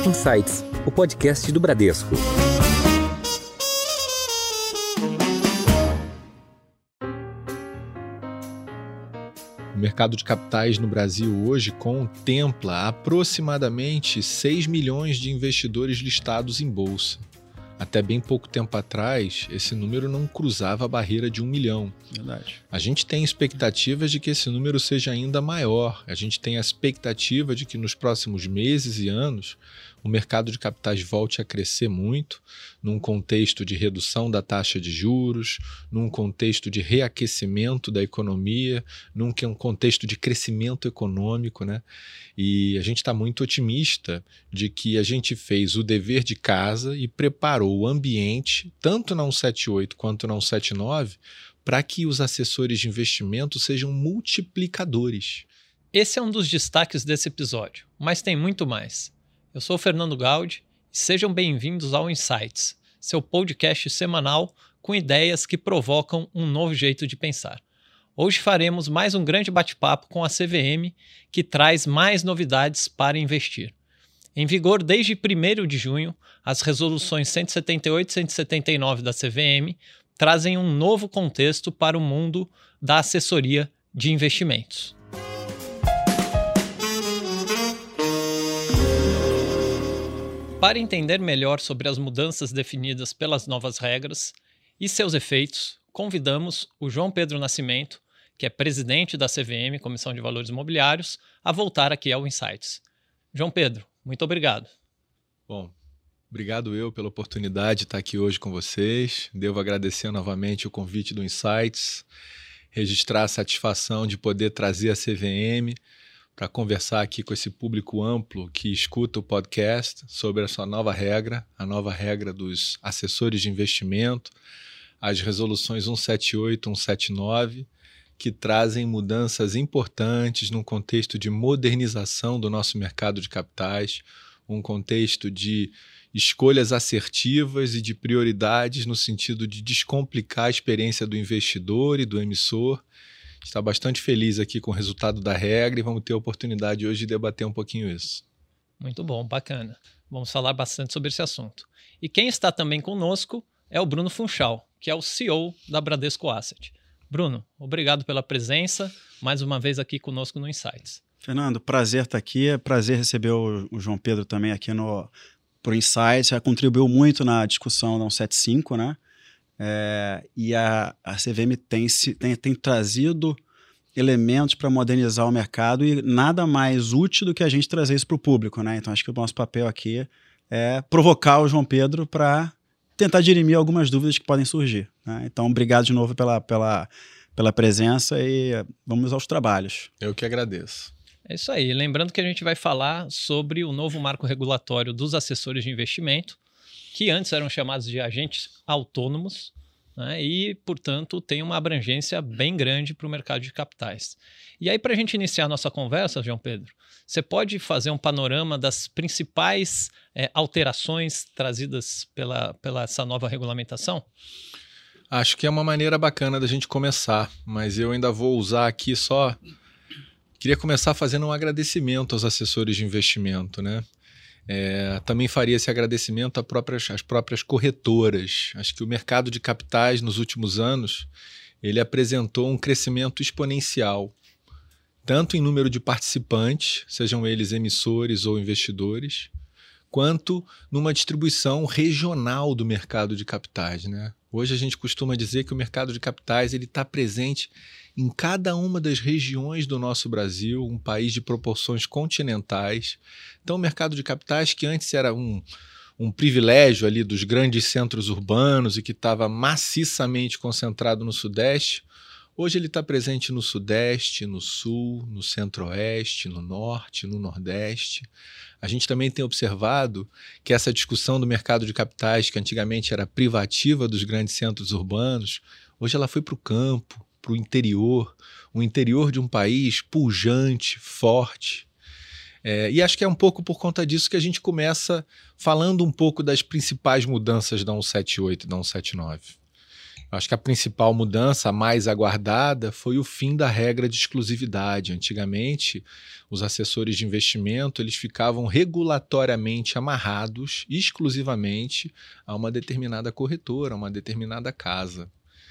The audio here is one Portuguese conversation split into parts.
Insights, o podcast do Bradesco. O mercado de capitais no Brasil hoje contempla aproximadamente 6 milhões de investidores listados em bolsa. Até bem pouco tempo atrás, esse número não cruzava a barreira de 1 milhão. Verdade. A gente tem expectativas de que esse número seja ainda maior. A gente tem a expectativa de que nos próximos meses e anos o mercado de capitais volte a crescer muito, num contexto de redução da taxa de juros, num contexto de reaquecimento da economia, num contexto de crescimento econômico, né? E a gente está muito otimista de que a gente fez o dever de casa e preparou o ambiente, tanto na 178 quanto na 179, para que os assessores de investimento sejam multiplicadores. Esse é um dos destaques desse episódio, mas tem muito mais. Eu sou o Fernando Gaudi e sejam bem-vindos ao Insights, seu podcast semanal com ideias que provocam um novo jeito de pensar. Hoje faremos mais um grande bate-papo com a CVM, que traz mais novidades para investir. Em vigor desde 1º de junho, as resoluções 178 e 179 da CVM trazem um novo contexto para o mundo da assessoria de investimentos. Para entender melhor sobre as mudanças definidas pelas novas regras e seus efeitos, convidamos o João Pedro Nascimento, que é presidente da CVM, Comissão de Valores Imobiliários, a voltar aqui ao Insights. João Pedro, muito obrigado. Bom, obrigado eu pela oportunidade de estar aqui hoje com vocês. Devo agradecer novamente o convite do Insights, registrar a satisfação de poder trazer a CVM para conversar aqui com esse público amplo que escuta o podcast sobre essa nova regra, a nova regra dos assessores de investimento, as resoluções 178 e 179, que trazem mudanças importantes num contexto de modernização do nosso mercado de capitais, um contexto de escolhas assertivas e de prioridades no sentido de descomplicar a experiência do investidor e do emissor. Está bastante feliz aqui com o resultado da regra e vamos ter a oportunidade hoje de debater um pouquinho isso. Muito bom, bacana. Vamos falar bastante sobre esse assunto. E quem está também conosco é o Bruno Funchal, que é o CEO da Bradesco Asset. Bruno, obrigado pela presença, mais uma vez aqui conosco no Insights. Fernando, prazer estar aqui, é prazer receber o João Pedro também aqui pro Insights, já contribuiu muito na discussão da 175, né? E a CVM tem trazido elementos para modernizar o mercado e nada mais útil do que a gente trazer isso para o público, né? Então acho que o nosso papel aqui é provocar o João Pedro para tentar dirimir algumas dúvidas que podem surgir, né? Então obrigado de novo pela presença e vamos aos trabalhos. Eu que agradeço. É isso aí. Lembrando que a gente vai falar sobre o novo marco regulatório dos assessores de investimento, que antes eram chamados de agentes autônomos, né, e, portanto, tem uma abrangência bem grande para o mercado de capitais. E aí, para a gente iniciar a nossa conversa, João Pedro, você pode fazer um panorama das principais alterações trazidas pela essa nova regulamentação? Acho que é uma maneira bacana da gente começar, mas eu ainda vou usar aqui só... Queria começar fazendo um agradecimento aos assessores de investimento, né? Também faria esse agradecimento às próprias corretoras. Acho que o mercado de capitais nos últimos anos ele apresentou um crescimento exponencial, tanto em número de participantes, sejam eles emissores ou investidores, quanto numa distribuição regional do mercado de capitais, né? Hoje a gente costuma dizer que o mercado de capitais está presente em cada uma das regiões do nosso Brasil, um país de proporções continentais. Então, o mercado de capitais, que antes era um privilégio ali dos grandes centros urbanos e que estava maciçamente concentrado no Sudeste, hoje ele está presente no Sudeste, no Sul, no Centro-Oeste, no Norte, no Nordeste. A gente também tem observado que essa discussão do mercado de capitais, que antigamente era privativa dos grandes centros urbanos, hoje ela foi para o campo, para o interior de um país pujante, forte. E acho que é um pouco por conta disso que a gente começa falando um pouco das principais mudanças da 178 e da 179. Acho que a principal mudança, a mais aguardada, foi o fim da regra de exclusividade. Antigamente, os assessores de investimento eles ficavam regulatoriamente amarrados exclusivamente a uma determinada corretora, a uma determinada casa.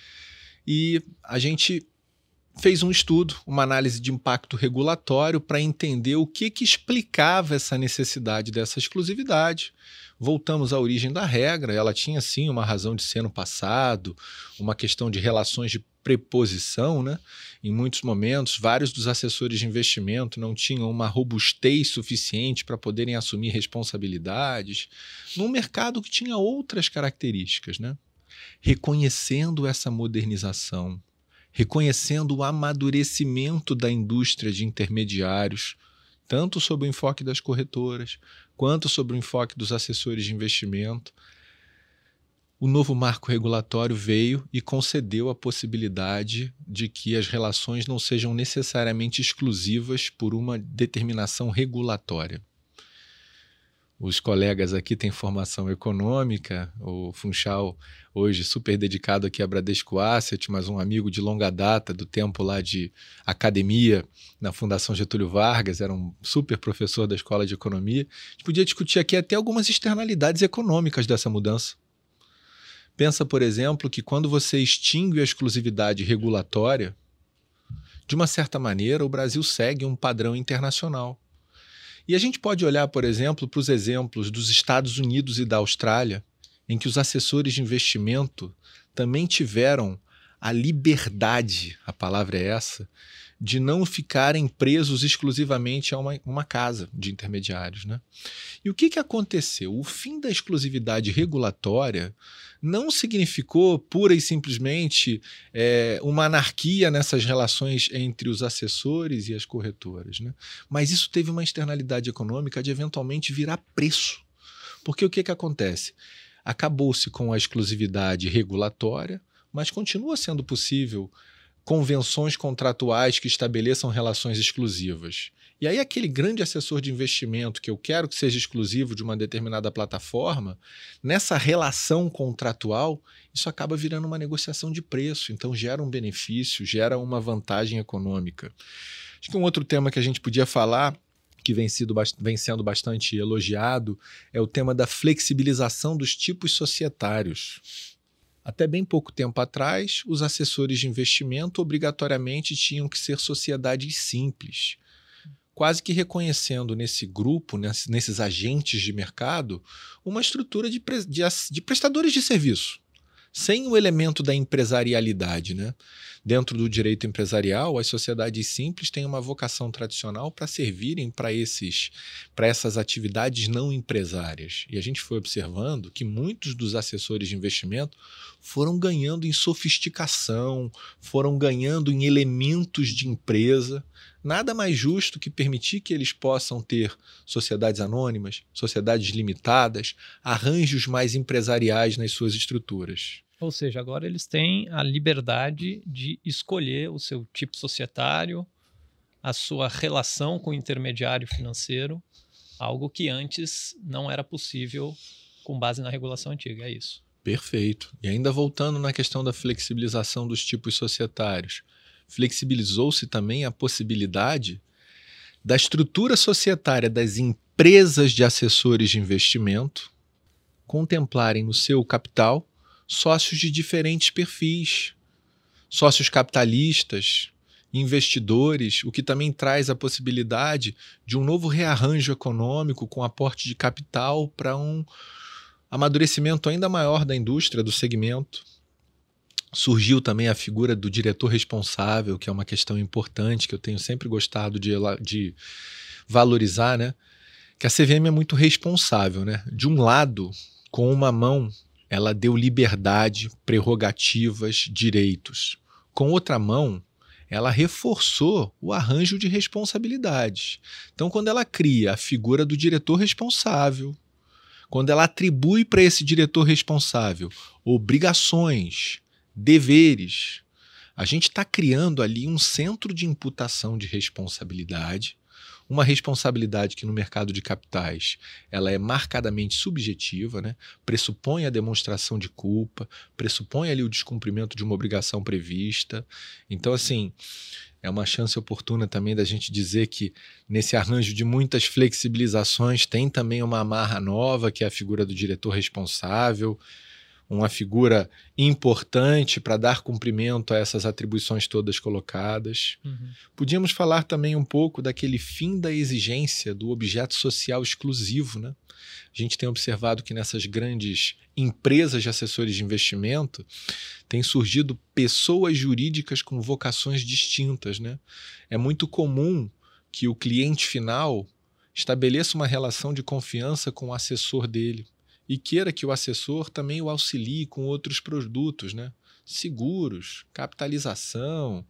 E a gente fez um estudo, uma análise de impacto regulatório para entender o que explicava essa necessidade dessa exclusividade. Voltamos à origem da regra, ela tinha sim uma razão de ser no passado, uma questão de relações de preposição, né? Em muitos momentos, vários dos assessores de investimento não tinham uma robustez suficiente para poderem assumir responsabilidades, num mercado que tinha outras características, né? Reconhecendo essa modernização, reconhecendo o amadurecimento da indústria de intermediários, tanto sob o enfoque das corretoras, quanto sob o enfoque dos assessores de investimento, o novo marco regulatório veio e concedeu a possibilidade de que as relações não sejam necessariamente exclusivas por uma determinação regulatória. Os colegas aqui têm formação econômica, o Funchal hoje super dedicado aqui a Bradesco Asset, mas um amigo de longa data, do tempo lá de academia na Fundação Getúlio Vargas, era um super professor da Escola de Economia. A gente podia discutir aqui até algumas externalidades econômicas dessa mudança. Pensa, por exemplo, que quando você extingue a exclusividade regulatória, de uma certa maneira o Brasil segue um padrão internacional. E a gente pode olhar, por exemplo, para os exemplos dos Estados Unidos e da Austrália, em que os assessores de investimento também tiveram a liberdade, a palavra é essa, de não ficarem presos exclusivamente a uma casa de intermediários, né? E o que aconteceu? O fim da exclusividade regulatória não significou pura e simplesmente uma anarquia nessas relações entre os assessores e as corretoras, né? Mas isso teve uma externalidade econômica de eventualmente virar preço. Porque o que acontece? Acabou-se com a exclusividade regulatória, mas continua sendo possível convenções contratuais que estabeleçam relações exclusivas. E aí aquele grande assessor de investimento que eu quero que seja exclusivo de uma determinada plataforma, nessa relação contratual, isso acaba virando uma negociação de preço, então gera um benefício, gera uma vantagem econômica. Acho que um outro tema que a gente podia falar, que vem sendo bastante elogiado, é o tema da flexibilização dos tipos societários. Até bem pouco tempo atrás, os assessores de investimento obrigatoriamente tinham que ser sociedades simples, quase que reconhecendo nesse grupo, nesses agentes de mercado, uma estrutura de prestadores de serviço, sem o elemento da empresarialidade, né? Dentro do direito empresarial, as sociedades simples têm uma vocação tradicional para servirem para essas atividades não empresárias. E a gente foi observando que muitos dos assessores de investimento foram ganhando em sofisticação, foram ganhando em elementos de empresa. Nada mais justo que permitir que eles possam ter sociedades anônimas, sociedades limitadas, arranjos mais empresariais nas suas estruturas. Ou seja, agora eles têm a liberdade de escolher o seu tipo societário, a sua relação com o intermediário financeiro, algo que antes não era possível com base na regulação antiga, é isso. Perfeito. E ainda voltando na questão da flexibilização dos tipos societários, flexibilizou-se também a possibilidade da estrutura societária das empresas de assessores de investimento contemplarem no seu capital sócios de diferentes perfis, sócios capitalistas, investidores, o que também traz a possibilidade de um novo rearranjo econômico com aporte de capital para um amadurecimento ainda maior da indústria, do segmento. Surgiu também a figura do diretor responsável, que é uma questão importante, que eu tenho sempre gostado de valorizar, né? Que a CVM é muito responsável, né? De um lado, com uma mão, ela deu liberdade, prerrogativas, direitos. Com outra mão, ela reforçou o arranjo de responsabilidades. Então, quando ela cria a figura do diretor responsável, quando ela atribui para esse diretor responsável obrigações, deveres, a gente está criando ali um centro de imputação de responsabilidade, uma responsabilidade que no mercado de capitais ela é marcadamente subjetiva, né? Pressupõe a demonstração de culpa, pressupõe ali o descumprimento de uma obrigação prevista. Então, assim, é uma chance oportuna também da gente dizer que nesse arranjo de muitas flexibilizações tem também uma amarra nova, que é a figura do diretor responsável, uma figura importante para dar cumprimento a essas atribuições todas colocadas. Podíamos falar também um pouco daquele fim da exigência do objeto social exclusivo, né? A gente tem observado que nessas grandes empresas de assessores de investimento têm surgido pessoas jurídicas com vocações distintas, né? É muito comum que o cliente final estabeleça uma relação de confiança com o assessor dele e queira que o assessor também o auxilie com outros produtos, né? Seguros, capitalização.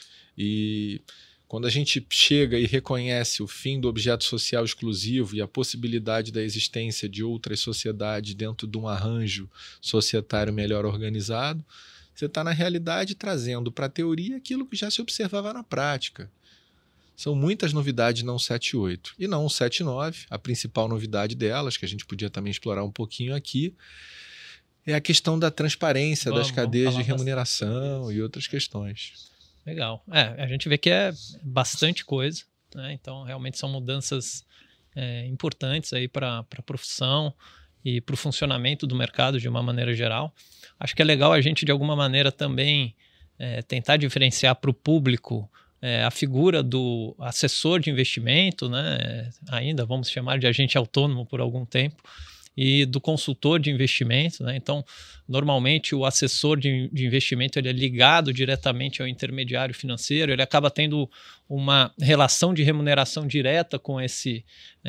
E quando a gente chega e reconhece o fim do objeto social exclusivo e a possibilidade da existência de outras sociedades dentro de um arranjo societário melhor organizado, você está, na realidade, trazendo para a teoria aquilo que já se observava na prática. São muitas novidades na 178. E na 179, a principal novidade delas, que a gente podia também explorar um pouquinho aqui, é a questão da transparência das cadeias de remuneração e outras questões. Legal. A gente vê que é bastante coisa, né? Então, realmente são mudanças importantes aí para a profissão e para o funcionamento do mercado de uma maneira geral. Acho que é legal a gente, de alguma maneira, também tentar diferenciar para o público a figura do assessor de investimento, né? Ainda vamos chamar de agente autônomo por algum tempo, e do consultor de investimento, né? Então, normalmente o assessor de investimento ele é ligado diretamente ao intermediário financeiro, ele acaba tendo uma relação de remuneração direta com esse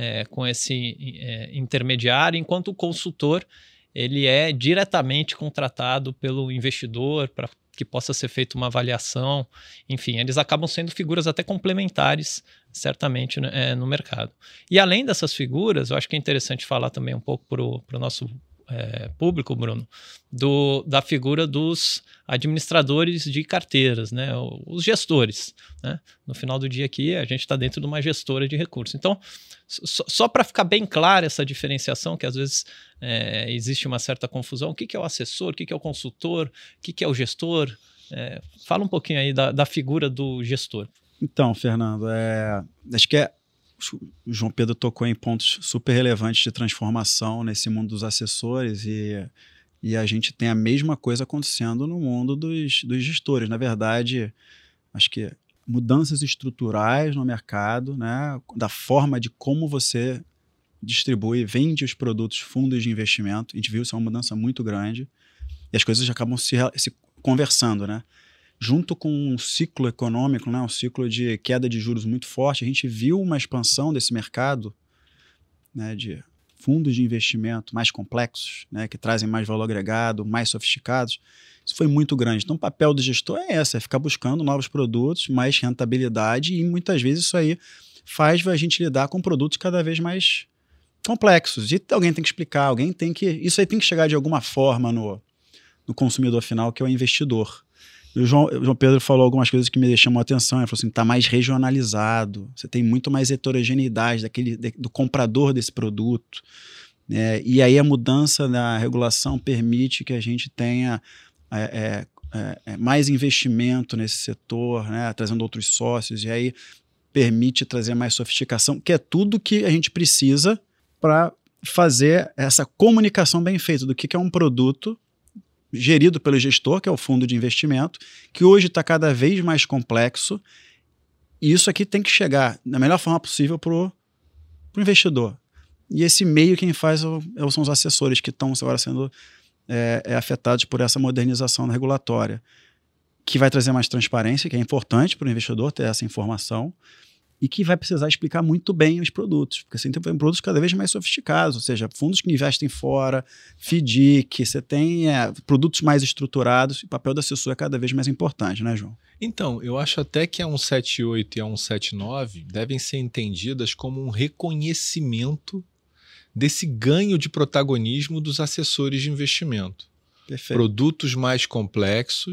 intermediário, enquanto o consultor ele é diretamente contratado pelo investidor para que possa ser feita uma avaliação. Enfim, eles acabam sendo figuras até complementares, certamente, no mercado. E além dessas figuras, eu acho que é interessante falar também um pouco para o nosso público, Bruno, da figura dos administradores de carteiras, né? Os gestores, né? No final do dia aqui, a gente está dentro de uma gestora de recursos. Então, só para ficar bem clara essa diferenciação, que às vezes existe uma certa confusão, o que é o assessor, o que é o consultor, o que é o gestor? Fala um pouquinho aí da figura do gestor. Então, Fernando, acho que o João Pedro tocou em pontos super relevantes de transformação nesse mundo dos assessores e a gente tem a mesma coisa acontecendo no mundo dos gestores. Na verdade, acho que mudanças estruturais no mercado, né, da forma de como você distribui e vende os produtos, fundos de investimento. A gente viu isso é uma mudança muito grande e as coisas já acabam se conversando, né? Junto com um ciclo econômico, né, um ciclo de queda de juros muito forte, a gente viu uma expansão desse mercado, né, de fundos de investimento mais complexos, né, que trazem mais valor agregado, mais sofisticados. Isso foi muito grande. Então, o papel do gestor é ficar buscando novos produtos, mais rentabilidade, e muitas vezes isso aí faz a gente lidar com produtos cada vez mais complexos. E alguém tem que explicar, isso aí tem que chegar de alguma forma no consumidor final, que é o investidor. O João Pedro falou algumas coisas que me chamam a atenção. Ele falou assim, está mais regionalizado, você tem muito mais heterogeneidade do comprador desse produto. E aí a mudança da regulação permite que a gente tenha mais investimento nesse setor, né, trazendo outros sócios, e aí permite trazer mais sofisticação, que é tudo que a gente precisa para fazer essa comunicação bem feita do que é um produto gerido pelo gestor, que é o fundo de investimento, que hoje está cada vez mais complexo, e isso aqui tem que chegar da melhor forma possível para o investidor. E esse meio quem faz são os assessores que estão agora sendo afetados por essa modernização regulatória, que vai trazer mais transparência, que é importante para o investidor ter essa informação, e que vai precisar explicar muito bem os produtos, porque você tem produtos cada vez mais sofisticados, ou seja, fundos que investem fora, FDIC, você tem produtos mais estruturados, e o papel do assessor é cada vez mais importante, né, João? Então, eu acho até que a 178 e a 179 devem ser entendidas como um reconhecimento desse ganho de protagonismo dos assessores de investimento. Perfeito. Produtos mais complexos,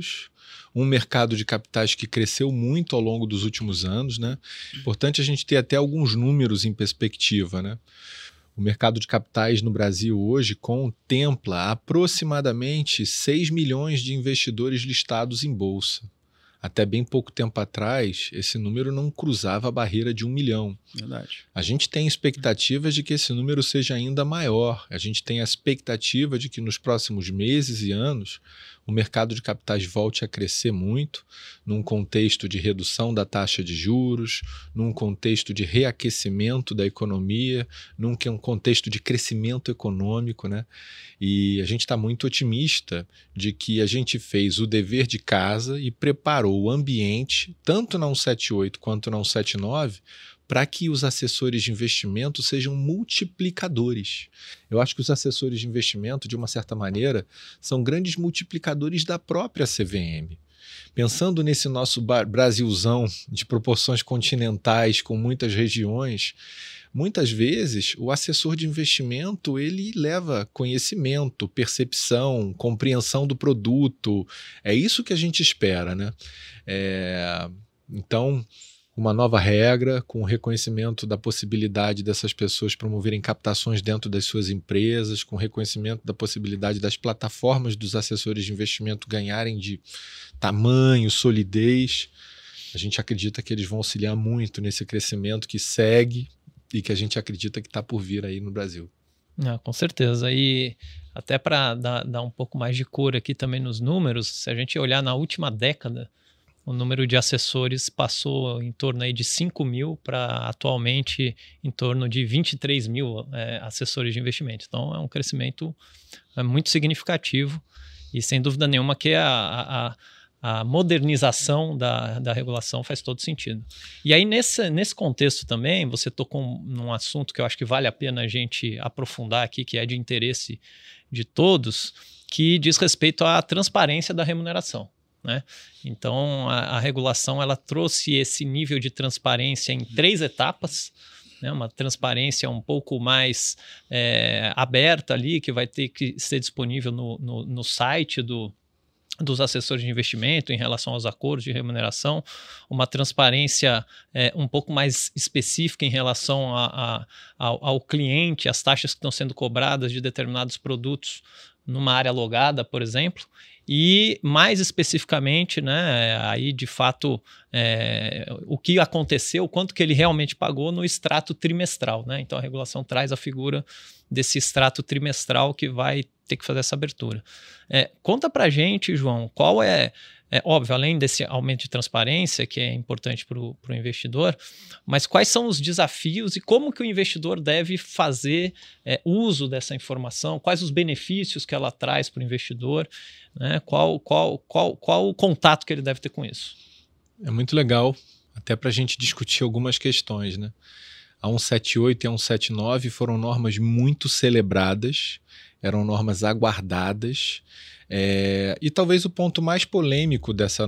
um mercado de capitais que cresceu muito ao longo dos últimos anos, né? Importante a gente ter até alguns números em perspectiva, né? O mercado de capitais no Brasil hoje contempla aproximadamente 6 milhões de investidores listados em bolsa. Até bem pouco tempo atrás, esse número não cruzava a barreira de 1 milhão. Verdade. A gente tem expectativas de que esse número seja ainda maior. A gente tem a expectativa de que nos próximos meses e anos o mercado de capitais volte a crescer muito, num contexto de redução da taxa de juros, num contexto de reaquecimento da economia, num contexto de crescimento econômico, né? E a gente está muito otimista de que a gente fez o dever de casa e preparou o ambiente, tanto na 178 quanto na 179, para que os assessores de investimento sejam multiplicadores. Eu acho que os assessores de investimento, de uma certa maneira, são grandes multiplicadores da própria CVM. Pensando nesse nosso Brasilzão de proporções continentais, com muitas regiões, muitas vezes o assessor de investimento ele leva conhecimento, percepção, compreensão do produto. É isso que a gente espera, né? Então, uma nova regra com o reconhecimento da possibilidade dessas pessoas promoverem captações dentro das suas empresas, com reconhecimento da possibilidade das plataformas dos assessores de investimento ganharem de tamanho, solidez. A gente acredita que eles vão auxiliar muito nesse crescimento que segue e que a gente acredita que está por vir aí no Brasil. Com certeza. E até para dar um pouco mais de cor aqui também nos números, se a gente olhar na última década, o número de assessores passou em torno aí de 5 mil para atualmente em torno de 23 mil assessores de investimento. Então é um crescimento muito significativo e sem dúvida nenhuma que a modernização da regulação faz todo sentido. E aí nesse contexto também você tocou num assunto que eu acho que vale a pena a gente aprofundar aqui, que é de interesse de todos, que diz respeito à transparência da remuneração, né? Então a regulação ela trouxe esse nível de transparência em 3 etapas, né? Uma transparência um pouco mais aberta ali, que vai ter que ser disponível no site dos assessores de investimento em relação aos acordos de remuneração, uma transparência um pouco mais específica em relação ao cliente, as taxas que estão sendo cobradas de determinados produtos numa área logada, por exemplo, e mais especificamente, né, aí de fato o que aconteceu, quanto que ele realmente pagou no extrato trimestral, né? Então a regulação traz a figura desse extrato trimestral que vai ter que fazer essa abertura. Conta pra gente, João, qual óbvio, além desse aumento de transparência, que é importante para o investidor, mas quais são os desafios e como que o investidor deve fazer uso dessa informação, quais os benefícios que ela traz para o investidor, né? Qual o contato que ele deve ter com isso? É muito legal, até para a gente discutir algumas questões, né? A 178 e a 179 foram normas muito celebradas, eram normas aguardadas, e talvez o ponto mais polêmico desse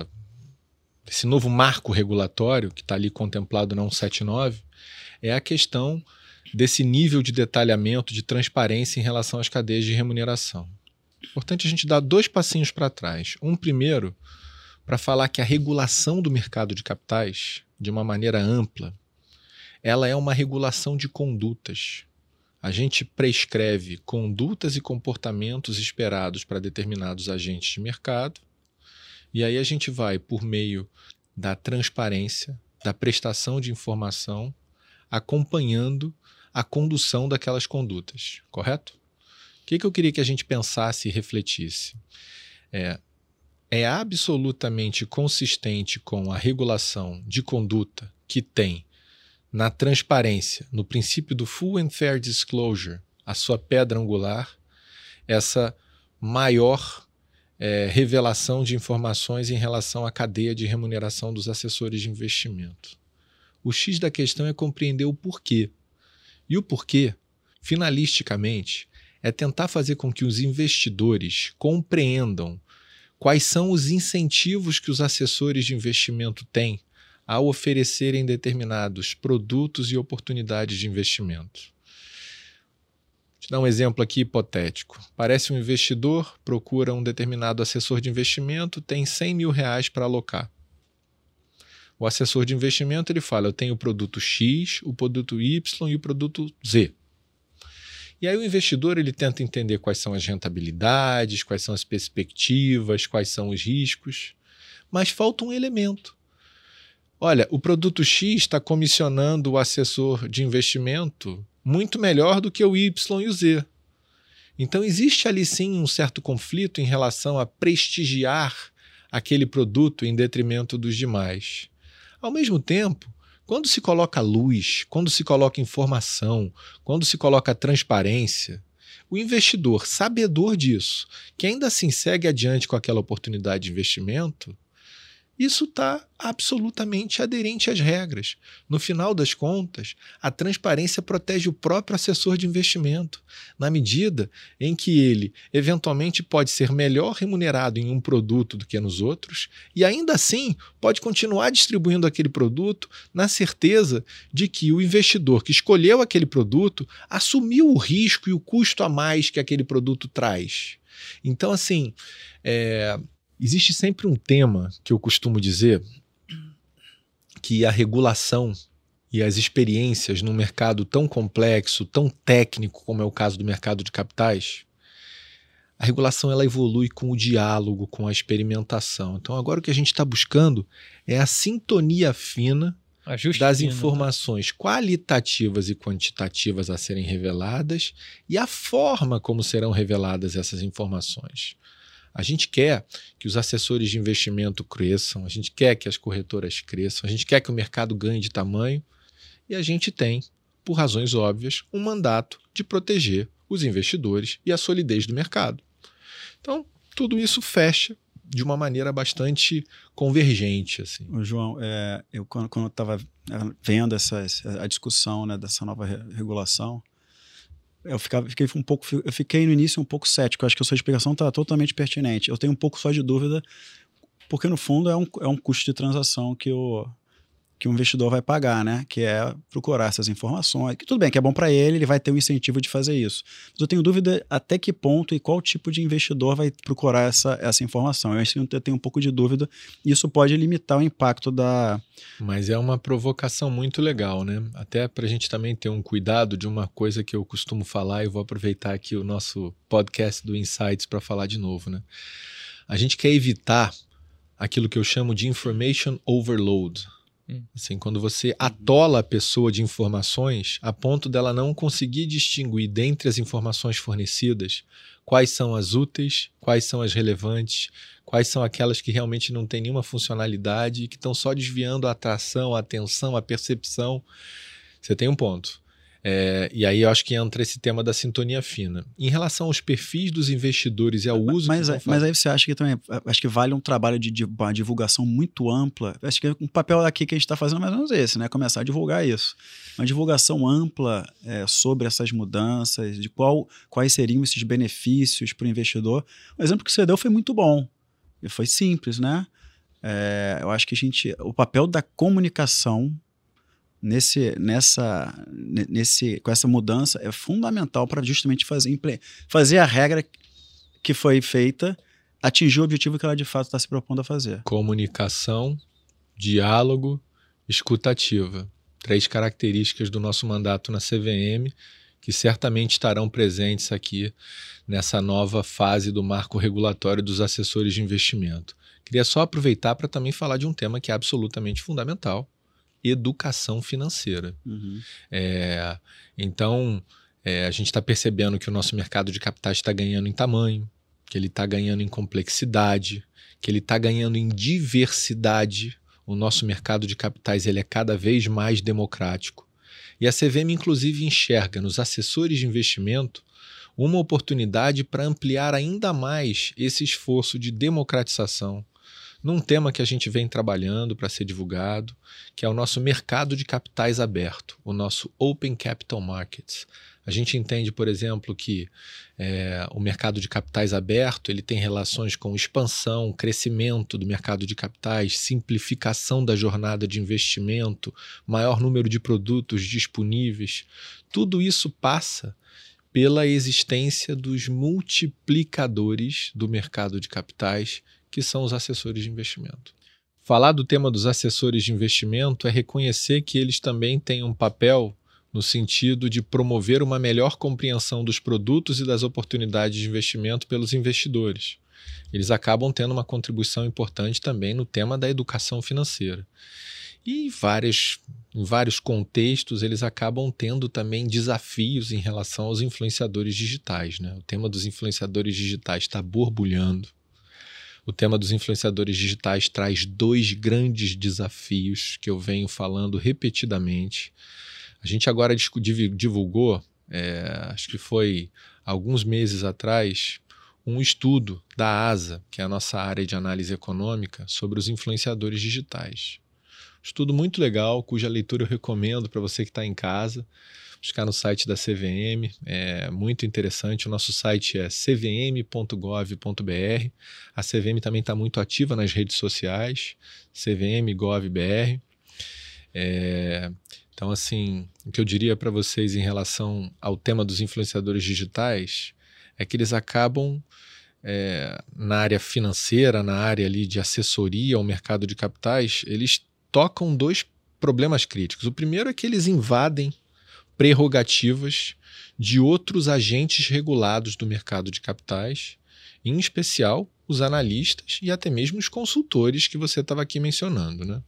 novo marco regulatório que está ali contemplado na 179 é a questão desse nível de detalhamento, de transparência em relação às cadeias de remuneração. Importante a gente dar 2 passinhos para trás. Um primeiro, para falar que a regulação do mercado de capitais, de uma maneira ampla, ela é uma regulação de condutas. A gente prescreve condutas e comportamentos esperados para determinados agentes de mercado, e aí a gente vai, por meio da transparência, da prestação de informação, acompanhando a condução daquelas condutas, correto? O que eu queria que a gente pensasse e refletisse? É absolutamente consistente com a regulação de conduta que tem na transparência, no princípio do full and fair disclosure, a sua pedra angular, essa maior revelação de informações em relação à cadeia de remuneração dos assessores de investimento. O X da questão é compreender o porquê. E o porquê, finalisticamente, é tentar fazer com que os investidores compreendam quais são os incentivos que os assessores de investimento têm ao oferecerem determinados produtos e oportunidades de investimento. dar um exemplo aqui hipotético. Parece um investidor, procura um determinado assessor de investimento, tem 100 mil reais para alocar. O assessor de investimento ele fala, eu tenho o produto X, o produto Y e o produto Z. E aí o investidor ele tenta entender quais são as rentabilidades, quais são as perspectivas, quais são os riscos, mas falta um elemento. Olha, o produto X está comissionando o assessor de investimento muito melhor do que o Y e o Z. Então existe ali sim um certo conflito em relação a prestigiar aquele produto em detrimento dos demais. Ao mesmo tempo, quando se coloca luz, quando se coloca informação, quando se coloca transparência, o investidor, sabedor disso, que ainda assim segue adiante com aquela oportunidade de investimento, isso está absolutamente aderente às regras. No final das contas, a transparência protege o próprio assessor de investimento, na medida em que ele, eventualmente, pode ser melhor remunerado em um produto do que nos outros e, ainda assim, pode continuar distribuindo aquele produto na certeza de que o investidor que escolheu aquele produto assumiu o risco e o custo a mais que aquele produto traz. Então, assim, existe sempre um tema que eu costumo dizer que a regulação e as experiências num mercado tão complexo, tão técnico como é o caso do mercado de capitais, a regulação ela evolui com o diálogo, com a experimentação. Então agora o que a gente está buscando é a sintonia fina das informações qualitativas e quantitativas a serem reveladas e a forma como serão reveladas essas informações. A gente quer que os assessores de investimento cresçam, a gente quer que as corretoras cresçam, a gente quer que o mercado ganhe de tamanho e a gente tem, por razões óbvias, um mandato de proteger os investidores e a solidez do mercado. Então, tudo isso fecha de uma maneira bastante convergente. Assim. João, eu quando eu estava vendo a discussão, né, dessa nova regulação, eu fiquei no início um pouco cético. Eu acho que a sua explicação está totalmente pertinente. Eu tenho um pouco só de dúvida, porque no fundo é um custo de transação que o investidor vai pagar, né? Que é procurar essas informações. Que tudo bem, que é bom para ele vai ter um incentivo de fazer isso. Mas eu tenho dúvida até que ponto e qual tipo de investidor vai procurar essa informação. Eu tenho um pouco de dúvida e isso pode limitar o impacto da... Mas é uma provocação muito legal, né? Até para a gente também ter um cuidado de uma coisa que eu costumo falar, e vou aproveitar aqui o nosso podcast do Insights para falar de novo, né? A gente quer evitar aquilo que eu chamo de information overload. Assim, quando você atola a pessoa de informações a ponto dela não conseguir distinguir dentre as informações fornecidas quais são as úteis, quais são as relevantes, quais são aquelas que realmente não têm nenhuma funcionalidade e que estão só desviando a atração, a atenção, a percepção. Você tem um ponto. E aí eu acho que entra esse tema da sintonia fina. Em relação aos perfis dos investidores e ao uso mas aí você acha que também acho que vale um trabalho de uma divulgação muito ampla? Acho que um papel aqui que a gente está fazendo é mais ou menos esse, né? Começar a divulgar isso. Uma divulgação ampla sobre essas mudanças, de quais seriam esses benefícios para o investidor. O exemplo que você deu foi muito bom. E foi simples, né? Eu acho que o papel da comunicação com essa mudança é fundamental para justamente fazer a regra que foi feita atingir o objetivo que ela de fato está se propondo a fazer. Comunicação, diálogo, escutativa. 3 características do nosso mandato na CVM que certamente estarão presentes aqui nessa nova fase do marco regulatório dos assessores de investimento. Queria só aproveitar para também falar de um tema que é absolutamente fundamental: educação financeira. Então, a gente está percebendo que o nosso mercado de capitais está ganhando em tamanho, que ele está ganhando em complexidade, que ele está ganhando em diversidade. O nosso mercado de capitais ele é cada vez mais democrático. E a CVM, inclusive, enxerga nos assessores de investimento uma oportunidade para ampliar ainda mais esse esforço de democratização num tema que a gente vem trabalhando para ser divulgado, que é o nosso mercado de capitais aberto, o nosso Open Capital Markets. A gente entende, por exemplo, que o mercado de capitais aberto ele tem relações com expansão, crescimento do mercado de capitais, simplificação da jornada de investimento, maior número de produtos disponíveis. Tudo isso passa pela existência dos multiplicadores do mercado de capitais, que são os assessores de investimento. Falar do tema dos assessores de investimento é reconhecer que eles também têm um papel no sentido de promover uma melhor compreensão dos produtos e das oportunidades de investimento pelos investidores. Eles acabam tendo uma contribuição importante também no tema da educação financeira. E em vários contextos, eles acabam tendo também desafios em relação aos influenciadores digitais, né? O tema dos influenciadores digitais está borbulhando. O tema dos influenciadores digitais traz 2 grandes desafios que eu venho falando repetidamente. A gente agora divulgou, acho que foi alguns meses atrás, um estudo da ASA, que é a nossa área de análise econômica, sobre os influenciadores digitais. Estudo muito legal, cuja leitura eu recomendo para você que está em casa. Buscar no site da CVM, é muito interessante. O nosso site é cvm.gov.br. A CVM também está muito ativa nas redes sociais, cvm.gov.br. Então, assim, o que eu diria para vocês em relação ao tema dos influenciadores digitais é que eles acabam, na área financeira, na área ali de assessoria ao mercado de capitais, eles tocam 2 problemas críticos. O primeiro é que eles invadem prerrogativas de outros agentes regulados do mercado de capitais, em especial os analistas e até mesmo os consultores que você estava aqui mencionando, né?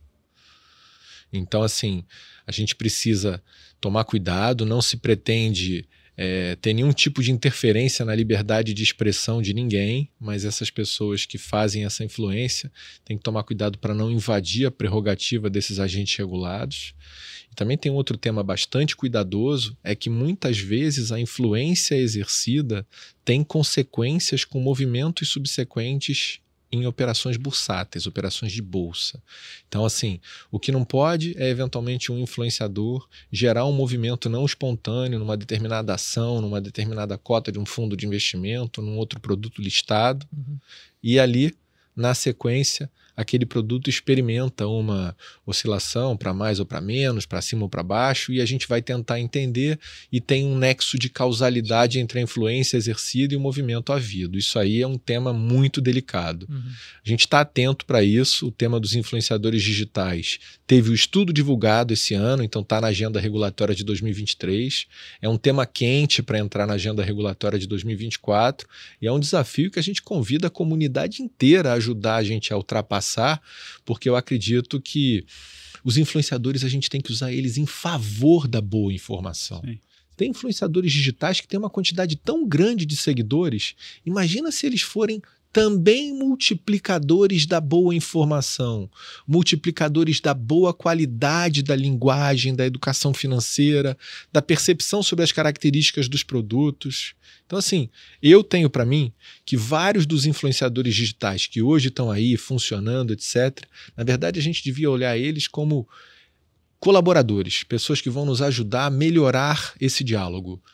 Então, assim, a gente precisa tomar cuidado, não se pretende ter nenhum tipo de interferência na liberdade de expressão de ninguém, mas essas pessoas que fazem essa influência têm que tomar cuidado para não invadir a prerrogativa desses agentes regulados. E também tem outro tema bastante cuidadoso, é que muitas vezes a influência exercida tem consequências com movimentos subsequentes em operações bursáteis, operações de bolsa. Então, assim, o que não pode é, eventualmente, um influenciador gerar um movimento não espontâneo numa determinada ação, numa determinada cota de um fundo de investimento, num outro produto listado, e ali, na sequência, aquele produto experimenta uma oscilação para mais ou para menos, para cima ou para baixo, e a gente vai tentar entender e tem um nexo de causalidade entre a influência exercida e o movimento havido. Isso aí é um tema muito delicado. A gente está atento para isso. O tema dos influenciadores digitais teve o estudo divulgado esse ano, então está na agenda regulatória de 2023. É um tema quente para entrar na agenda regulatória de 2024 e é um desafio que a gente convida a comunidade inteira a ajudar a gente a ultrapassar, porque eu acredito que os influenciadores a gente tem que usar eles em favor da boa informação. Sim. Tem influenciadores digitais que têm uma quantidade tão grande de seguidores, imagina se eles forem também multiplicadores da boa informação, multiplicadores da boa qualidade da linguagem, da educação financeira, da percepção sobre as características dos produtos. Então, assim, eu tenho para mim que vários dos influenciadores digitais que hoje estão aí funcionando, etc., na verdade a gente devia olhar eles como colaboradores, pessoas que vão nos ajudar a melhorar esse diálogo.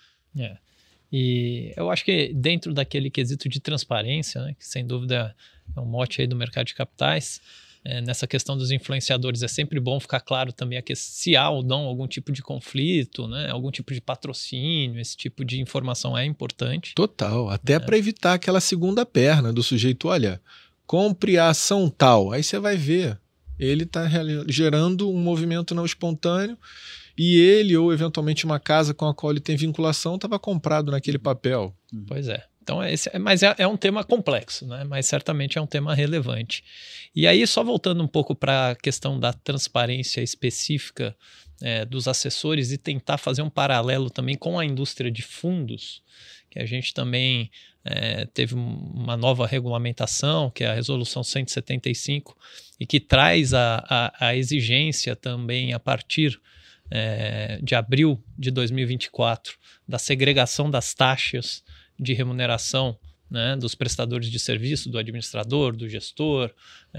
E eu acho que dentro daquele quesito de transparência, né, que sem dúvida é um mote aí do mercado de capitais, nessa questão dos influenciadores é sempre bom ficar claro também se há ou não algum tipo de conflito, né, algum tipo de patrocínio, esse tipo de informação é importante. Total, até para evitar aquela segunda perna do sujeito, olha, compre a ação tal, aí você vai ver, ele está gerando um movimento não espontâneo, e ele, ou eventualmente uma casa com a qual ele tem vinculação, estava comprado naquele papel. Pois é. Então, mas é um tema complexo, né? Mas certamente é um tema relevante. E aí, só voltando um pouco para a questão da transparência específica dos assessores e tentar fazer um paralelo também com a indústria de fundos, que a gente também teve uma nova regulamentação, que é a Resolução 175, e que traz a exigência também a partir de abril de 2024, da segregação das taxas de remuneração, né, dos prestadores de serviço, do administrador, do gestor,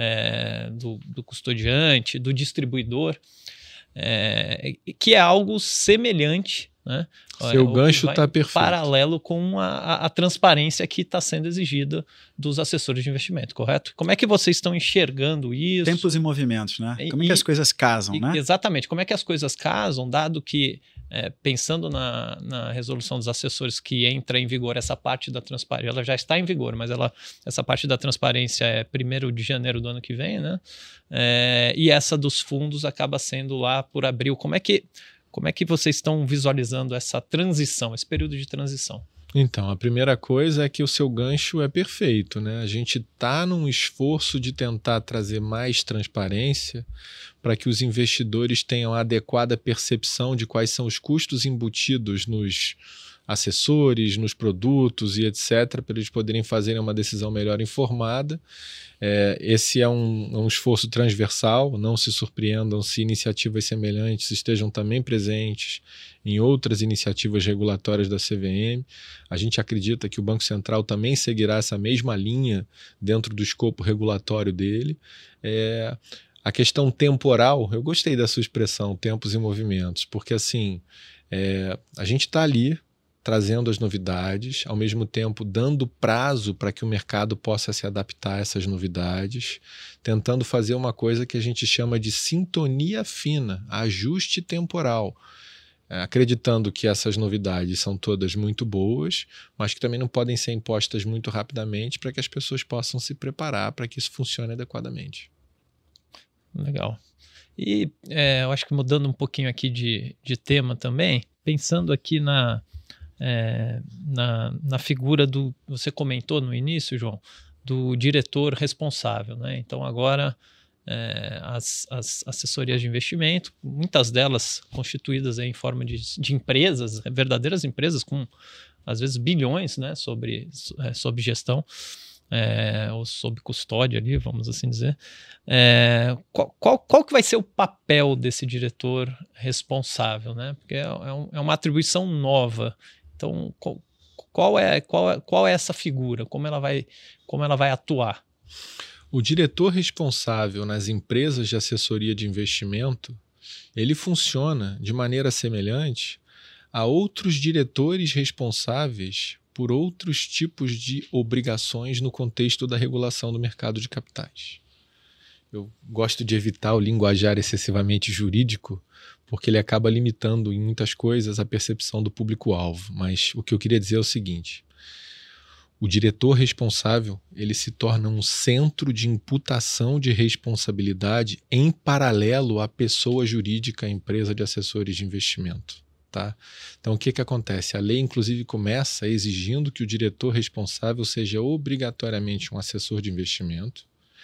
do custodiante, do distribuidor, que é algo semelhante, né? Seu gancho está perfeito. Paralelo com a transparência que está sendo exigida dos assessores de investimento, correto? Como é que vocês estão enxergando isso? Tempos e movimentos, né? Como é que as coisas casam, né? Exatamente. Como é que as coisas casam, dado que pensando na resolução dos assessores que entra em vigor essa parte da transparência, ela já está em vigor, mas essa parte da transparência é 1º de janeiro do ano que vem, né? E essa dos fundos acaba sendo lá por abril. Como é que vocês estão visualizando essa transição, esse período de transição? Então, a primeira coisa é que o seu gancho é perfeito, né? A gente está num esforço de tentar trazer mais transparência para que os investidores tenham a adequada percepção de quais são os custos embutidos nos assessores, nos produtos e etc., para eles poderem fazer uma decisão melhor informada. Esse é um esforço transversal, não se surpreendam se iniciativas semelhantes estejam também presentes em outras iniciativas regulatórias da CVM. A gente acredita que o Banco Central também seguirá essa mesma linha dentro do escopo regulatório dele. A questão temporal, eu gostei da sua expressão, tempos e movimentos, porque assim, a gente está ali trazendo as novidades, ao mesmo tempo dando prazo para que o mercado possa se adaptar a essas novidades, tentando fazer uma coisa que a gente chama de sintonia fina, ajuste temporal, acreditando que essas novidades são todas muito boas, mas que também não podem ser impostas muito rapidamente para que as pessoas possam se preparar para que isso funcione adequadamente. Legal. E eu acho que mudando um pouquinho aqui de tema também, pensando aqui na figura você comentou no início, João, do diretor responsável, né? Então agora as assessorias de investimento, muitas delas constituídas em forma de empresas, verdadeiras empresas com às vezes bilhões, né, sob gestão, ou sob custódia ali, vamos assim dizer. Qual que vai ser o papel desse diretor responsável, né? Porque é uma atribuição nova. Então, qual é essa figura? Como ela vai atuar? O diretor responsável nas empresas de assessoria de investimento, ele funciona de maneira semelhante a outros diretores responsáveis por outros tipos de obrigações no contexto da regulação do mercado de capitais. Eu gosto de evitar o linguajar excessivamente jurídico, porque ele acaba limitando em muitas coisas a percepção do público-alvo. Mas o que eu queria dizer é o seguinte: o diretor responsável, ele se torna um centro de imputação de responsabilidade em paralelo à pessoa jurídica, à empresa de assessores de investimento. Tá? Então, o que acontece? A lei, inclusive, começa exigindo que o diretor responsável seja obrigatoriamente um assessor de investimento.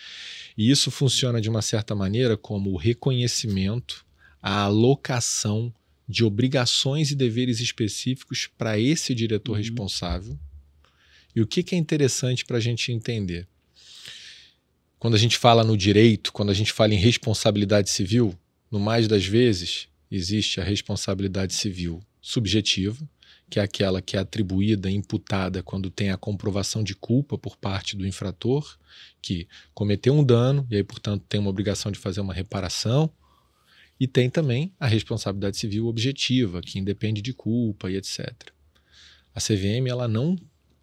E isso funciona de uma certa maneira como o reconhecimento, a alocação de obrigações e deveres específicos para esse diretor responsável. E o que é interessante para a gente entender? Quando a gente fala no direito, quando a gente fala em responsabilidade civil, no mais das vezes, existe a responsabilidade civil subjetiva, que é aquela que é atribuída, imputada quando tem a comprovação de culpa por parte do infrator, que cometeu um dano e aí, portanto, tem uma obrigação de fazer uma reparação. E tem também a responsabilidade civil objetiva, que independe de culpa e etc. A CVM, ela não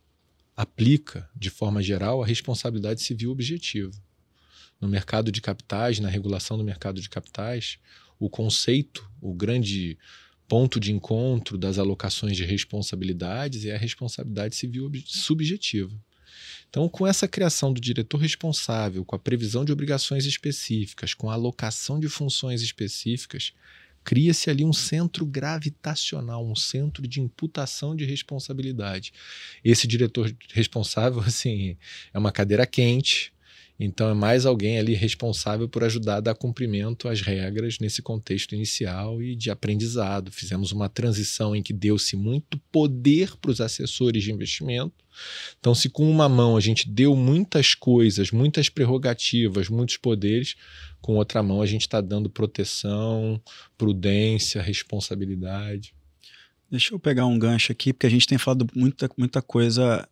aplica, de forma geral, a responsabilidade civil objetiva. No mercado de capitais, na regulação do mercado de capitais, o conceito, o grande ponto de encontro das alocações de responsabilidades é a responsabilidade civil subjetiva. Então, com essa criação do diretor responsável, com a previsão de obrigações específicas, com a alocação de funções específicas, cria-se ali um centro gravitacional, um centro de imputação de responsabilidade. Esse diretor responsável, assim, é uma cadeira quente, então é mais alguém ali responsável por ajudar a dar cumprimento às regras nesse contexto inicial e de aprendizado. Fizemos uma transição em que deu-se muito poder para os assessores de investimento. Então, se com uma mão a gente deu muitas coisas, muitas prerrogativas, muitos poderes, com outra mão a gente está dando proteção, prudência, responsabilidade. Deixa eu pegar um gancho aqui, porque a gente tem falado muita coisa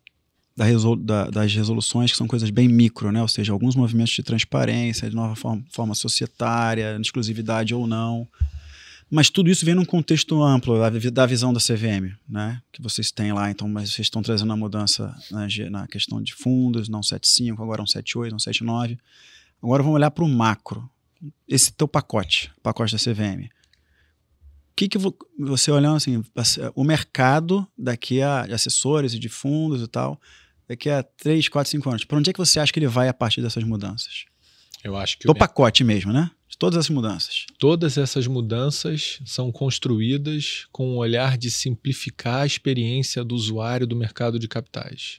das resoluções, que são coisas bem micro, né? Ou seja, alguns movimentos de transparência, de nova forma societária, exclusividade ou não. Mas tudo isso vem num contexto amplo da visão da CVM, né? Que vocês têm lá. Então, mas vocês estão trazendo a mudança na questão de fundos, não 7.5, agora um 7.8, um 7.9. Agora vamos olhar para o macro. Esse teu pacote da CVM. que você olhando assim, o mercado daqui a de assessores e de fundos e tal, daqui a 3, 4, 5 anos, para onde é que você acha que ele vai a partir dessas mudanças? Eu acho que Do pacote mesmo, né? De todas essas mudanças. Todas essas mudanças são construídas com o olhar de simplificar a experiência do usuário do mercado de capitais.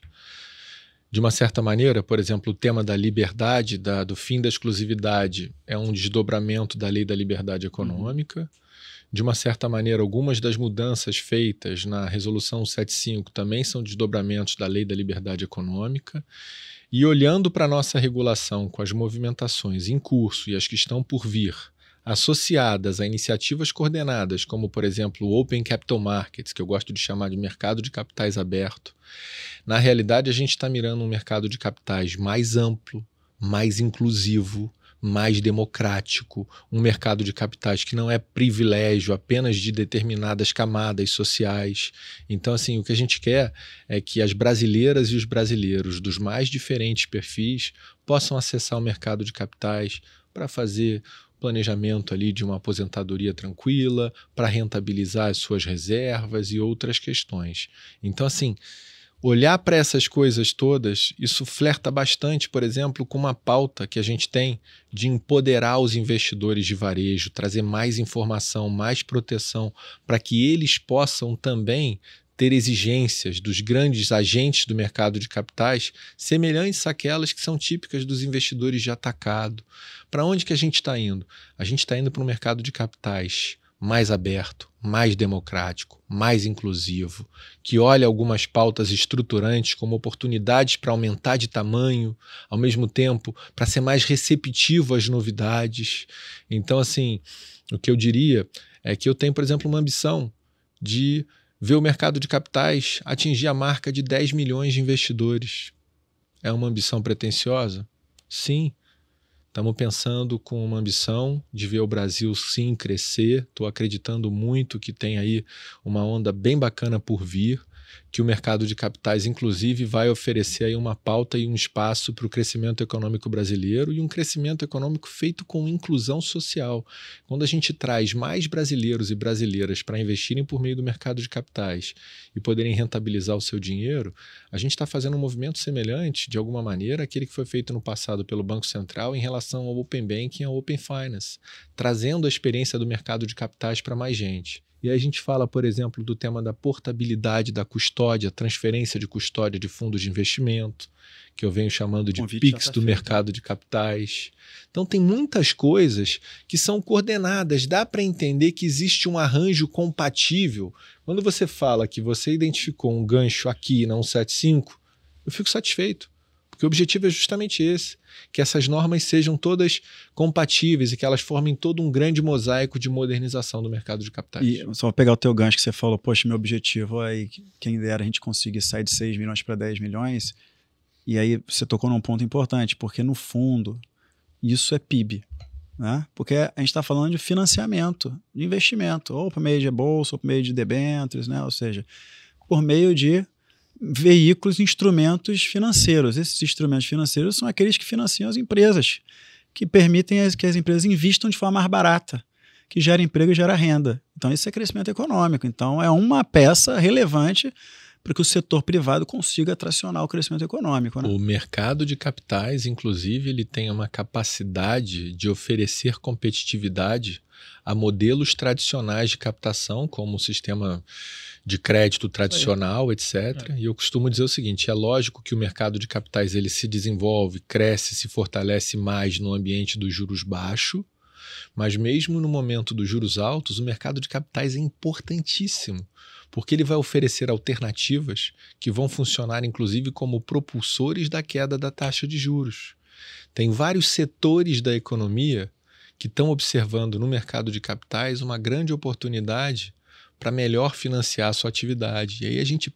De uma certa maneira, por exemplo, o tema da liberdade, do fim da exclusividade, é um desdobramento da lei da liberdade econômica. De uma certa maneira, algumas das mudanças feitas na Resolução 175 também são desdobramentos da lei da liberdade econômica. E olhando para a nossa regulação com as movimentações em curso e as que estão por vir, associadas a iniciativas coordenadas, como, por exemplo, o Open Capital Markets, que eu gosto de chamar de mercado de capitais aberto, na realidade a gente está mirando um mercado de capitais mais amplo, mais inclusivo, mais democrático, um mercado de capitais que não é privilégio apenas de determinadas camadas sociais. Então, assim, o que a gente quer é que as brasileiras e os brasileiros dos mais diferentes perfis possam acessar o mercado de capitais para fazer planejamento ali de uma aposentadoria tranquila, para rentabilizar as suas reservas e outras questões. Então, assim, olhar para essas coisas todas, isso flerta bastante, por exemplo, com uma pauta que a gente tem de empoderar os investidores de varejo, trazer mais informação, mais proteção, para que eles possam também ter exigências dos grandes agentes do mercado de capitais semelhantes àquelas que são típicas dos investidores de atacado. Para onde que a gente está indo? A gente está indo para um mercado de capitais mais aberto, mais democrático, mais inclusivo, que olha algumas pautas estruturantes como oportunidades para aumentar de tamanho, ao mesmo tempo para ser mais receptivo às novidades. Então, assim, o que eu diria é que eu tenho, por exemplo, uma ambição de ver o mercado de capitais atingir a marca de 10 milhões de investidores. É uma ambição pretensiosa? Sim. Estamos pensando com uma ambição de ver o Brasil sim crescer. Estou acreditando muito que tem aí uma onda bem bacana por vir, que o mercado de capitais, inclusive, vai oferecer aí uma pauta e um espaço para o crescimento econômico brasileiro e um crescimento econômico feito com inclusão social. Quando a gente traz mais brasileiros e brasileiras para investirem por meio do mercado de capitais e poderem rentabilizar o seu dinheiro, a gente está fazendo um movimento semelhante, de alguma maneira, àquele que foi feito no passado pelo Banco Central em relação ao Open Banking e ao Open Finance, trazendo a experiência do mercado de capitais para mais gente. E aí a gente fala, por exemplo, do tema da portabilidade da custódia, transferência de custódia de fundos de investimento, que eu venho chamando de PIX do mercado de capitais. Então tem muitas coisas que são coordenadas, dá para entender que existe um arranjo compatível. Quando você fala que você identificou um gancho aqui na 175, eu fico satisfeito, porque o objetivo é justamente esse, que essas normas sejam todas compatíveis e que elas formem todo um grande mosaico de modernização do mercado de capitais. E só vou pegar o teu gancho que você falou, poxa, meu objetivo aí, quem dera a gente conseguir sair de 6 milhões para 10 milhões, e aí você tocou num ponto importante, porque no fundo, isso é PIB, né? Porque a gente está falando de financiamento, de investimento, ou por meio de bolsa, ou por meio de debêntures, né? Ou seja, por meio de veículos, instrumentos financeiros. Esses instrumentos financeiros são aqueles que financiam as empresas, que permitem que as empresas investam de forma mais barata, que gera emprego e gera renda. Então, isso é crescimento econômico. Então, é uma peça relevante para que o setor privado consiga tracionar o crescimento econômico, né? O mercado de capitais, inclusive, ele tem uma capacidade de oferecer competitividade a modelos tradicionais de captação, como o sistema de crédito tradicional, etc. E eu costumo dizer o seguinte, é lógico que o mercado de capitais ele se desenvolve, cresce, se fortalece mais no ambiente dos juros baixos, mas mesmo no momento dos juros altos, o mercado de capitais é importantíssimo, porque ele vai oferecer alternativas que vão funcionar, inclusive, como propulsores da queda da taxa de juros. Tem vários setores da economia que estão observando no mercado de capitais uma grande oportunidade para melhor financiar a sua atividade. E aí a gente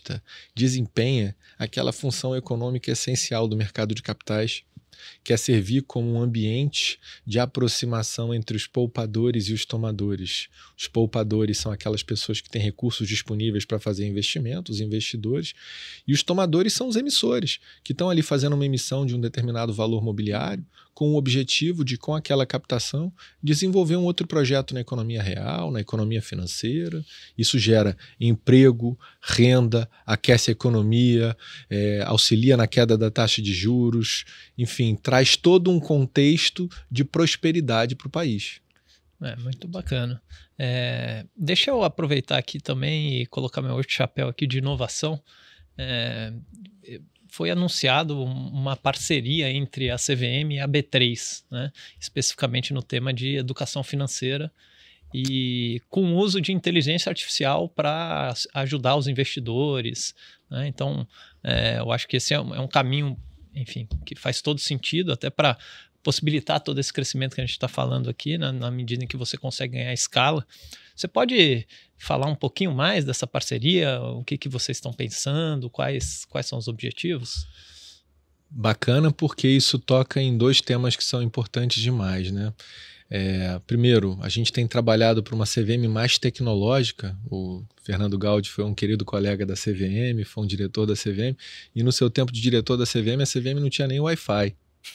desempenha aquela função econômica essencial do mercado de capitais, que é servir como um ambiente de aproximação entre os poupadores e os tomadores. Os poupadores são aquelas pessoas que têm recursos disponíveis para fazer investimentos, os investidores, e os tomadores são os emissores, que estão ali fazendo uma emissão de um determinado valor mobiliário, com o objetivo de, com aquela captação, desenvolver um outro projeto na economia real, na economia financeira. Isso gera emprego, renda, aquece a economia, auxilia na queda da taxa de juros, enfim, traz todo um contexto de prosperidade para o país. Muito bacana. Deixa eu aproveitar aqui também e colocar meu outro chapéu aqui de inovação. Foi anunciado uma parceria entre a CVM e a B3, né? Especificamente no tema de educação financeira e com o uso de inteligência artificial para ajudar os investidores, né? Então, eu acho que esse é um caminho, enfim, que faz todo sentido, até para possibilitar todo esse crescimento que a gente está falando aqui, né, na medida em que você consegue ganhar escala. Você pode falar um pouquinho mais dessa parceria? O que vocês estão pensando? Quais são os objetivos? Bacana, porque isso toca em 2 temas que são importantes demais, né? Primeiro, a gente tem trabalhado para uma CVM mais tecnológica. O Fernando Gaudi foi um querido colega da CVM, foi um diretor da CVM, e no seu tempo de diretor da CVM, a CVM não tinha nem Wi-Fi.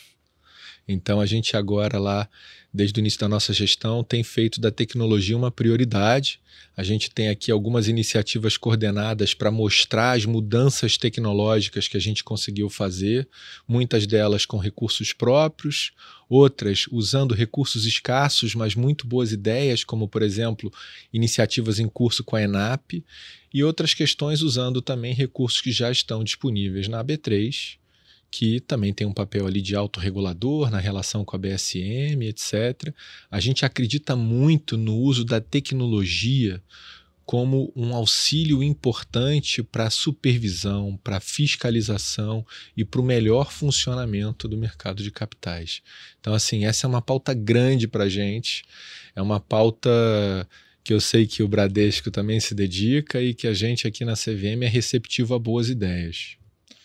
Então a gente agora lá, desde o início da nossa gestão, tem feito da tecnologia uma prioridade. A gente tem aqui algumas iniciativas coordenadas para mostrar as mudanças tecnológicas que a gente conseguiu fazer, muitas delas com recursos próprios, outras usando recursos escassos, mas muito boas ideias, como por exemplo, iniciativas em curso com a ENAP, e outras questões usando também recursos que já estão disponíveis na AB3, que também tem um papel ali de autorregulador na relação com a BSM, etc. A gente acredita muito no uso da tecnologia como um auxílio importante para a supervisão, para a fiscalização e para o melhor funcionamento do mercado de capitais. Então, assim, essa é uma pauta grande para a gente, é uma pauta que eu sei que o Bradesco também se dedica e que a gente aqui na CVM é receptivo a boas ideias.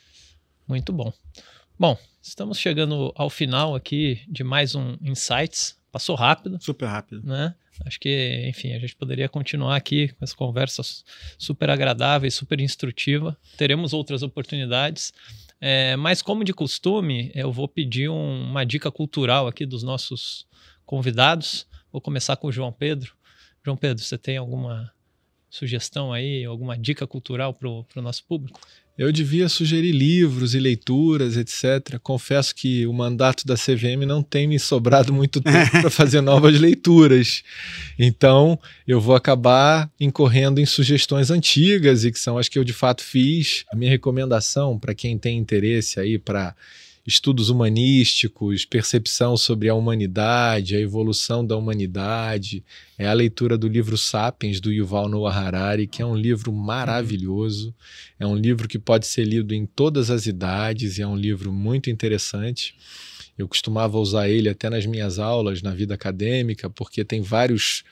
Muito bom. Bom, estamos chegando ao final aqui de mais um Insights. Passou rápido. Super rápido. Né? Acho que, enfim, a gente poderia continuar aqui com essa conversa super agradável e super instrutiva. Teremos outras oportunidades. Mas, como de costume, eu vou pedir uma dica cultural aqui dos nossos convidados. Vou começar com o João Pedro. João Pedro, você tem alguma sugestão aí, alguma dica cultural para o nosso público? Eu devia sugerir livros e leituras, etc. Confesso que o mandato da CVM não tem me sobrado muito tempo para fazer novas leituras. Então, eu vou acabar incorrendo em sugestões antigas e que são as que eu de fato fiz. A minha recomendação para quem tem interesse aí para estudos humanísticos, percepção sobre a humanidade, a evolução da humanidade, é a leitura do livro Sapiens, do Yuval Noah Harari, que é um livro maravilhoso, é um livro que pode ser lido em todas as idades e é um livro muito interessante. Eu costumava usar ele até nas minhas aulas, na vida acadêmica, porque tem vários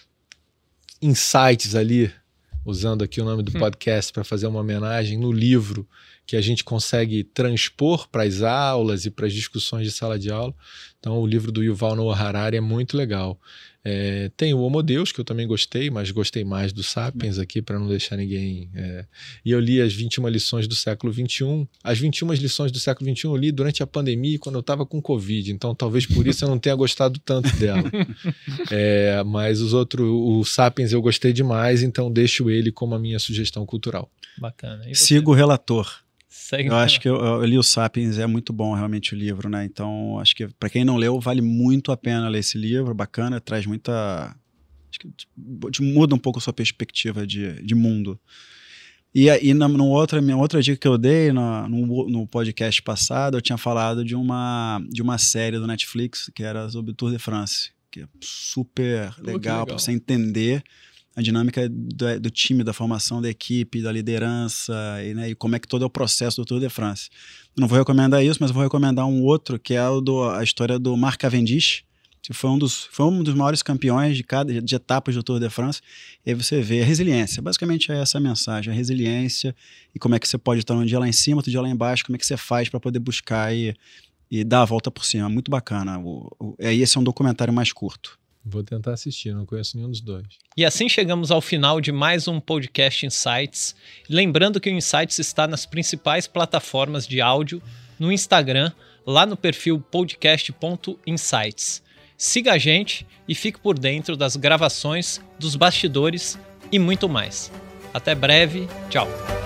insights ali, usando aqui o nome do podcast para fazer uma homenagem, no livro que a gente consegue transpor para as aulas e para as discussões de sala de aula. Então o livro do Yuval Noah Harari é muito legal. Tem o Homo Deus, que eu também gostei, mas gostei mais do Sapiens aqui para não deixar ninguém... E eu li as 21 lições do século XXI. As 21 lições do século XXI eu li durante a pandemia, quando eu estava com Covid, então talvez por isso eu não tenha gostado tanto dela. Mas os outros, o Sapiens eu gostei demais, então deixo ele como a minha sugestão cultural. Bacana. Sigo o relator. Eu acho que eu li o Sapiens, é muito bom realmente o livro, né? Então, acho que para quem não leu, vale muito a pena ler esse livro, bacana, traz muita... Acho que muda um pouco a sua perspectiva de mundo. E aí, minha outra dica que eu dei no podcast passado, eu tinha falado de uma série do Netflix, que era sobre o Tour de France, que é super legal para você entender a dinâmica do time, da formação da equipe, da liderança e como é que todo é o processo do Tour de France. Não vou recomendar isso, mas vou recomendar um outro, que é a história do Marc Cavendish, que foi um dos maiores campeões de etapas do Tour de France. E aí você vê a resiliência. Basicamente é essa a mensagem, a resiliência e como é que você pode estar um dia lá em cima, outro dia lá embaixo, como é que você faz para poder buscar e dar a volta por cima. Muito bacana. Esse é um documentário mais curto. Vou tentar assistir, não conheço nenhum dos dois. E assim chegamos ao final de mais um podcast Insights. Lembrando que o Insights está nas principais plataformas de áudio, no Instagram, lá no perfil podcast.insights. Siga a gente e fique por dentro das gravações, dos bastidores e muito mais. Até breve, tchau!